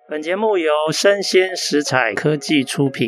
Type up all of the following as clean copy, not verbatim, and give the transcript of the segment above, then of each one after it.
本节目由生鲜食材科技出品。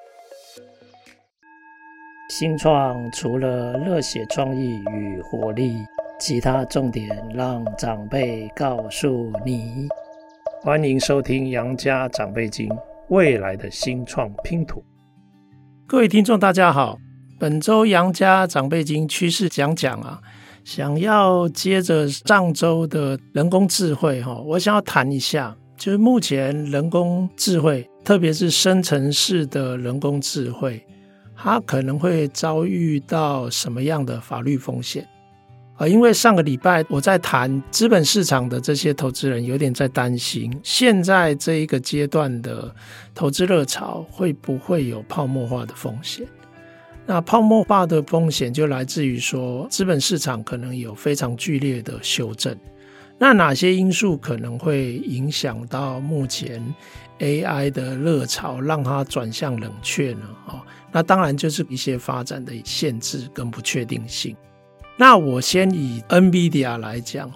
新创除了热血创意与活力，其他重点让长辈告诉你。欢迎收听杨家长辈经，未来的新创拼图。各位听众大家好，本周杨家长辈经趋势讲想要接着上周的人工智慧，我想要谈一下，就是目前人工智慧，特别是生成式的人工智慧，它可能会遭遇到什么样的法律风险。因为上个礼拜我在谈资本市场的这些投资人有点在担心，现在这一个阶段的投资热潮会不会有泡沫化的风险。那泡沫化的风险就来自于说资本市场可能有非常剧烈的修正。那哪些因素可能会影响到目前 AI 的热潮，让它转向冷却呢？那当然就是一些发展的限制跟不确定性。那我先以 NVIDIA 来讲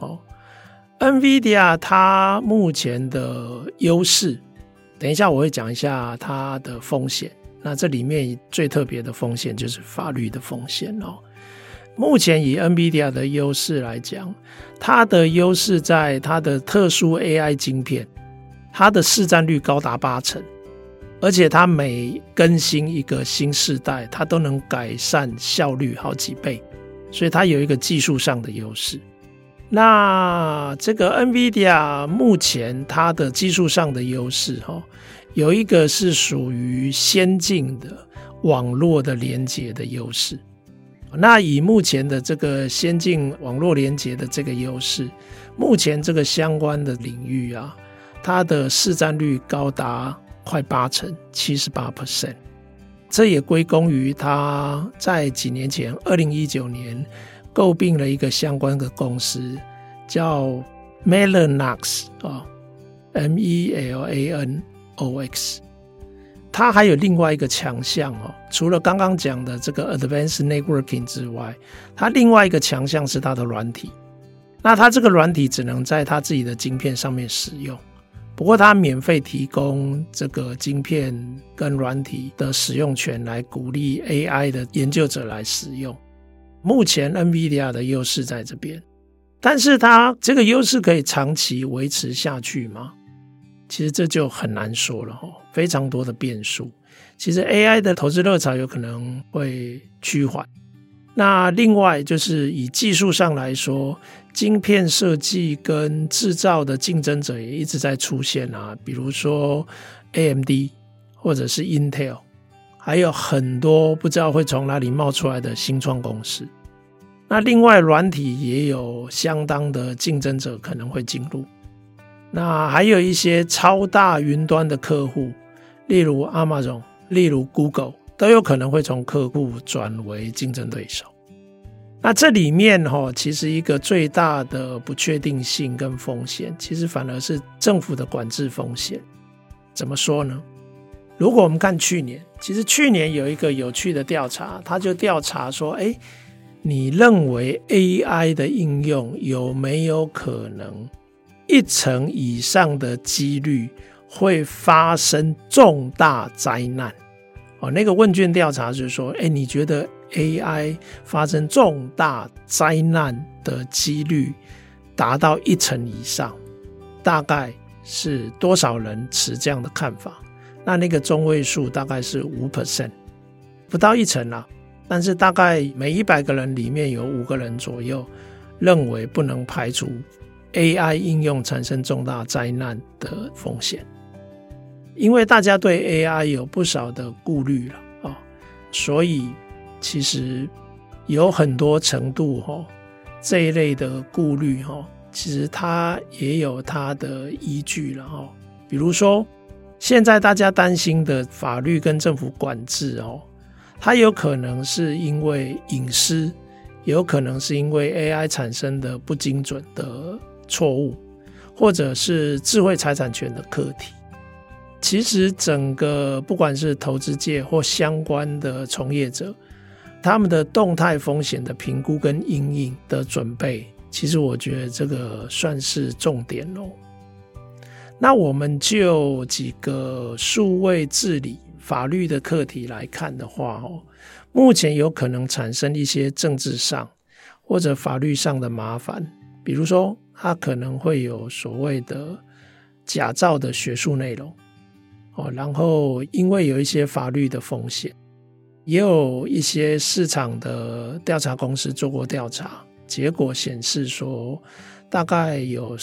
，NVIDIA 它目前的优势，等一下我会讲一下它的风险。那这里面最特别的风险就是法律的风险。目前以 NVIDIA 的优势来讲，它的优势在它的特殊 AI 晶片，它的市占率高达80%，而且它每更新一个新世代，它都能改善效率好几倍，所以它有一个技术上的优势。那这个 NVIDIA 目前它的技术上的优势，有一个是属于先进的网络的连结的优势。那以目前的这个先进网络连结的这个优势，目前这个相关的领域它的市占率高达快80%， 78%。这也归功于它在几年前2019年购并了一个相关的公司叫 Mellanox MELANOX。它还有另外一个强项除了刚刚讲的这个 Advanced Networking 之外，它另外一个强项是它的软体。那它这个软体只能在它自己的晶片上面使用，不过它免费提供这个晶片跟软体的使用权，来鼓励 AI 的研究者来使用。目前 NVIDIA 的优势在这边，但是它这个优势可以长期维持下去吗？其实这就很难说了，非常多的变数。其实 AI 的投资热潮有可能会趋缓。那另外就是以技术上来说，晶片设计跟制造的竞争者也一直在出现比如说 AMD 或者是 Intel， 还有很多不知道会从哪里冒出来的新创公司。那另外软体也有相当的竞争者可能会进入。那还有一些超大云端的客户，例如 Amazon， 例如 Google， 都有可能会从客户转为竞争对手。那这里面其实一个最大的不确定性跟风险，其实反而是政府的管制风险。怎么说呢？如果我们看去年，其实去年有一个有趣的调查，他就调查说，你认为 AI 的应用有没有可能1%以上的几率会发生重大灾难？那个问卷调查就是说，你觉得 AI 发生重大灾难的几率达到1%以上，大概是多少人持这样的看法？那个中位数大概是 5%， 不到1%啦，但是大概每100个人里面有5个人左右认为不能排除AI 应用产生重大灾难的风险。因为大家对 AI 有不少的顾虑了所以其实有很多程度这一类的顾虑其实它也有它的依据了比如说现在大家担心的法律跟政府管制它有可能是因为隐私，有可能是因为 AI 产生的不精准的错误，或者是智慧财产权的课题。其实整个不管是投资界或相关的从业者，他们的动态风险的评估跟因应的准备，其实我觉得这个算是重点咯。 那我们就几个数位治理法律的课题来看的话，目前有可能产生一些政治上或者法律上的麻烦，比如说它可能会有所谓的假造的学术内容，然后因为有一些法律的风险，也有一些市场的调查公司做过调查，结果显示说大概有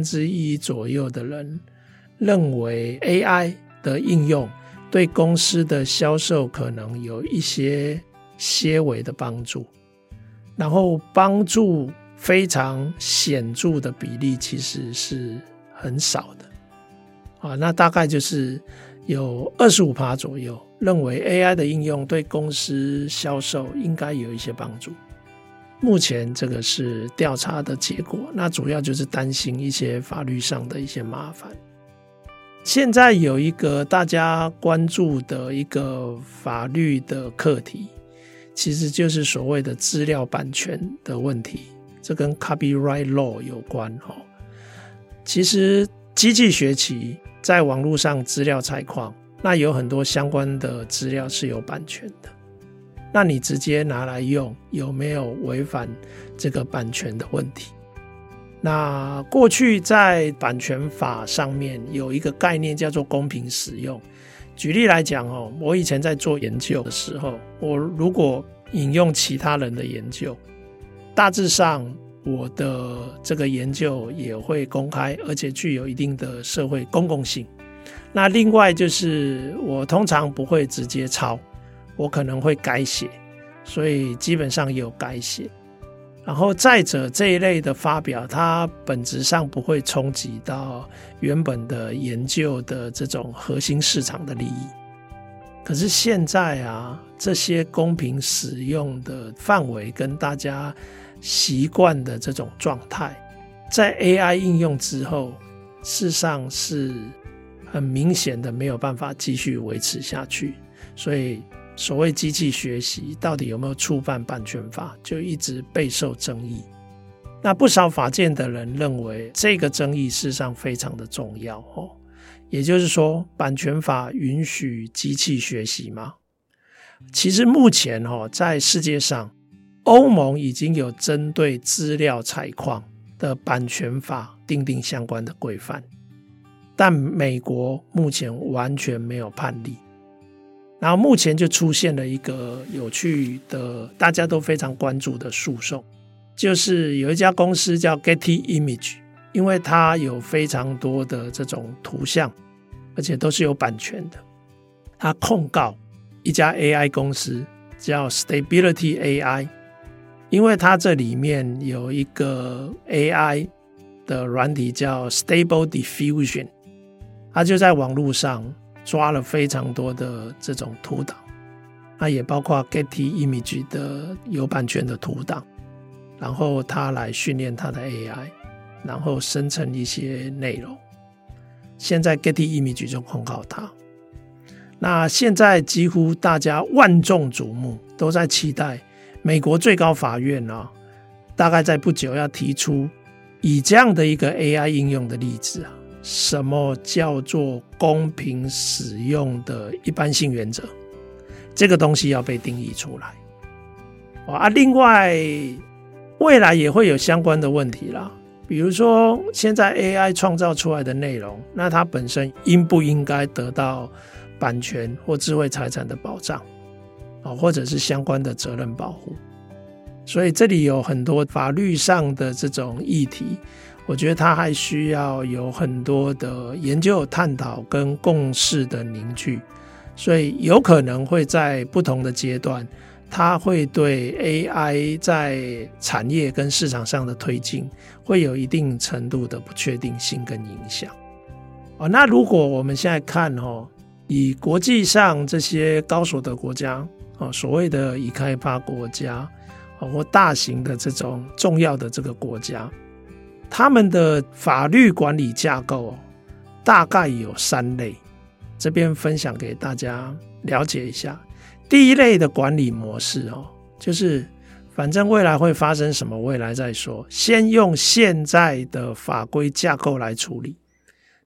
1/4左右的人认为 AI 的应用对公司的销售可能有一些些微的帮助，然后帮助非常显著的比例其实是很少的。那大概就是有 25% 左右认为 AI 的应用对公司销售应该有一些帮助。目前这个是调查的结果，那主要就是担心一些法律上的一些麻烦。现在有一个大家关注的一个法律的课题，其实就是所谓的资料版权的问题，这跟 copyright law 有关。其实机器学习在网络上资料采矿，那有很多相关的资料是有版权的，那你直接拿来用有没有违反这个版权的问题？那过去在版权法上面有一个概念叫做公平使用。举例来讲，我以前在做研究的时候，我如果引用其他人的研究，大致上我的这个研究也会公开，而且具有一定的社会公共性。那另外就是我通常不会直接抄，我可能会改写，所以基本上也有改写。然后再者，这一类的发表它本质上不会冲击到原本的研究的这种核心市场的利益。可是现在这些公平使用的范围跟大家习惯的这种状态，在 AI 应用之后，事实上是很明显的没有办法继续维持下去。所以所谓机器学习到底有没有触犯版权法，就一直备受争议。那不少法界的人认为这个争议事实上非常的重要，也就是说版权法允许机器学习吗？其实目前在世界上，欧盟已经有针对资料采矿的版权法订定相关的规范，但美国目前完全没有判例。然后目前就出现了一个有趣的大家都非常关注的诉讼，就是有一家公司叫 Getty Image， 因为它有非常多的这种图像，而且都是有版权的，它控告一家 AI 公司叫 Stability AI， 因为它这里面有一个 AI 的软体叫 Stable Diffusion， 它就在网络上抓了非常多的这种图档，那也包括 Getty Image 的有版权的图档，然后他来训练他的 AI， 然后生成一些内容。现在 Getty Image 就控告他。那现在几乎大家万众瞩目，都在期待美国最高法院大概在不久要提出以这样的一个 AI 应用的例子什么叫做公平使用的一般性原则，这个东西要被定义出来。另外未来也会有相关的问题啦，比如说现在 AI 创造出来的内容，那它本身应不应该得到版权或智慧财产的保障，或者是相关的责任保护。所以这里有很多法律上的这种议题，我觉得它还需要有很多的研究探讨跟共识的凝聚，所以有可能会在不同的阶段，它会对 AI 在产业跟市场上的推进会有一定程度的不确定性跟影响。那如果我们现在看以国际上这些高所得国家，所谓的已开发国家或大型的这种重要的这个国家，他们的法律管理架构大概有3类，这边分享给大家了解一下。第一类的管理模式就是反正未来会发生什么未来再说，先用现在的法规架构来处理。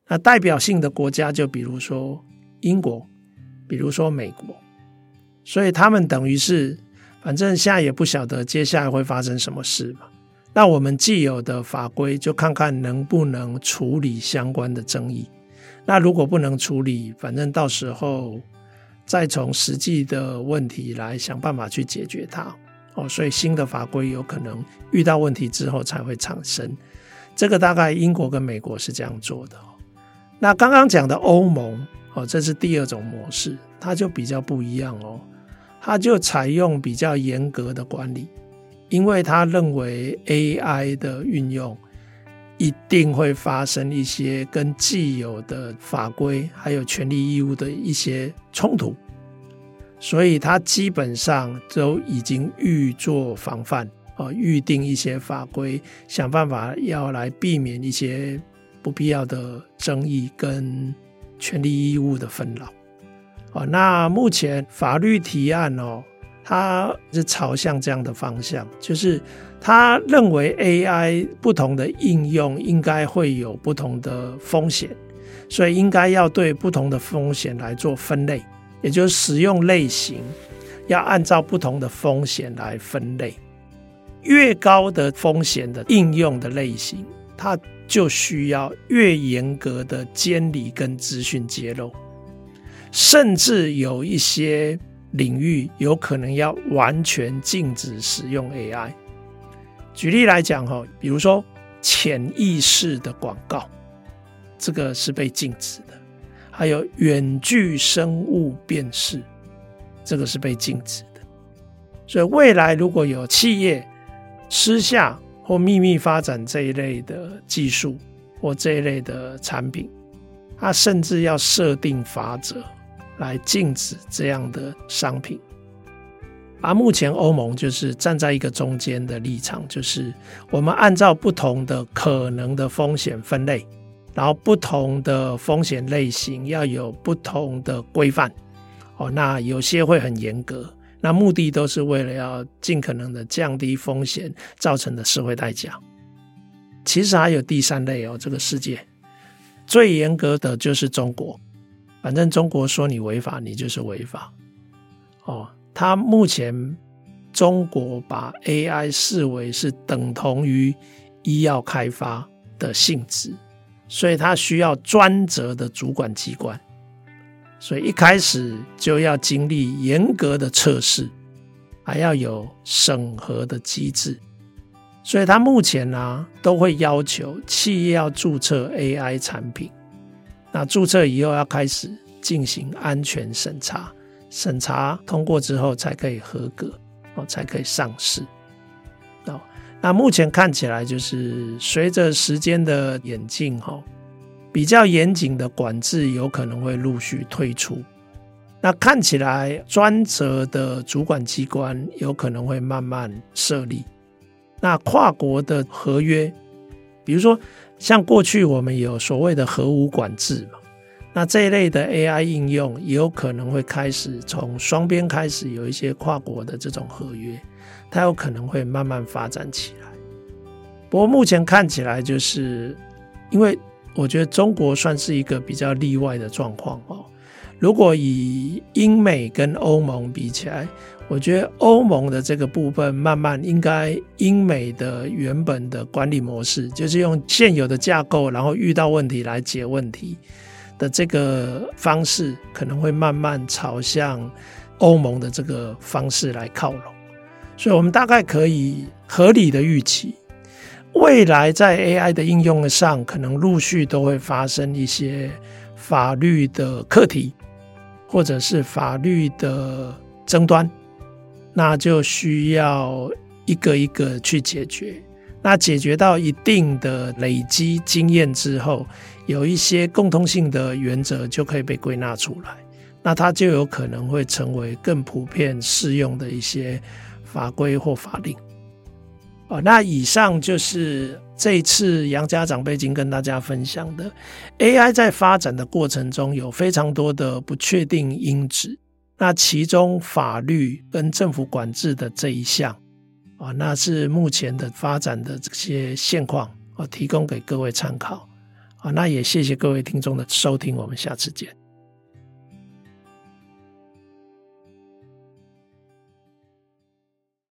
那代表性的国家就比如说英国，比如说美国，所以他们等于是反正现在也不晓得接下来会发生什么事嘛，那我们既有的法规就看看能不能处理相关的争议，那如果不能处理，反正到时候再从实际的问题来想办法去解决它所以新的法规有可能遇到问题之后才会产生，这个大概英国跟美国是这样做的那刚刚讲的欧盟这是第二种模式，它就比较不一样它就采用比较严格的管理，因为他认为 AI 的运用一定会发生一些跟既有的法规还有权利义务的一些冲突，所以他基本上都已经预做防范预定一些法规，想办法要来避免一些不必要的争议跟权利义务的纷扰那目前法律提案它是朝向这样的方向，就是他认为 AI 不同的应用应该会有不同的风险，所以应该要对不同的风险来做分类，也就是使用类型要按照不同的风险来分类，越高的风险的应用的类型，它就需要越严格的监理跟资讯揭露，甚至有一些领域有可能要完全禁止使用 AI。 举例来讲比如说潜意识的广告，这个是被禁止的，还有远距生物辨识，这个是被禁止的。所以未来如果有企业私下或秘密发展这一类的技术或这一类的产品，它甚至要设定法则来禁止这样的商品。目前欧盟就是站在一个中间的立场，就是我们按照不同的可能的风险分类，然后不同的风险类型要有不同的规范那有些会很严格，那目的都是为了要尽可能的降低风险造成的社会代价。其实还有第三类这个世界最严格的就是中国，反正中国说你违法你就是违法他目前中国把 AI 视为是等同于医药开发的性质，所以他需要专责的主管机关，所以一开始就要经历严格的测试，还要有审核的机制，所以他目前都会要求企业要注册 AI 产品，那注册以后要开始进行安全审查，审查通过之后才可以合格才可以上市那目前看起来就是随着时间的演进比较严谨的管制有可能会陆续推出，那看起来专责的主管机关有可能会慢慢设立，那跨国的合约，比如说像过去我们有所谓的核武管制嘛，那这一类的 AI 应用也有可能会开始从双边开始有一些跨国的这种合约，它有可能会慢慢发展起来。不过目前看起来就是因为我觉得中国算是一个比较例外的状况如果以英美跟欧盟比起来，我觉得欧盟的这个部分慢慢应该英美的原本的管理模式，就是用现有的架构然后遇到问题来解问题的这个方式，可能会慢慢朝向欧盟的这个方式来靠拢，所以我们大概可以合理的预期未来在 AI 的应用上可能陆续都会发生一些法律的课题或者是法律的争端，那就需要一个一个去解决，那解决到一定的累积经验之后，有一些共通性的原则就可以被归纳出来，那它就有可能会成为更普遍适用的一些法规或法令那以上就是这一次杨家长辈经跟大家分享的 AI 在发展的过程中有非常多的不确定因子，那其中法律跟政府管制的这一项那是目前的发展的这些现况提供给各位参考那也谢谢各位听众的收听，我们下次见。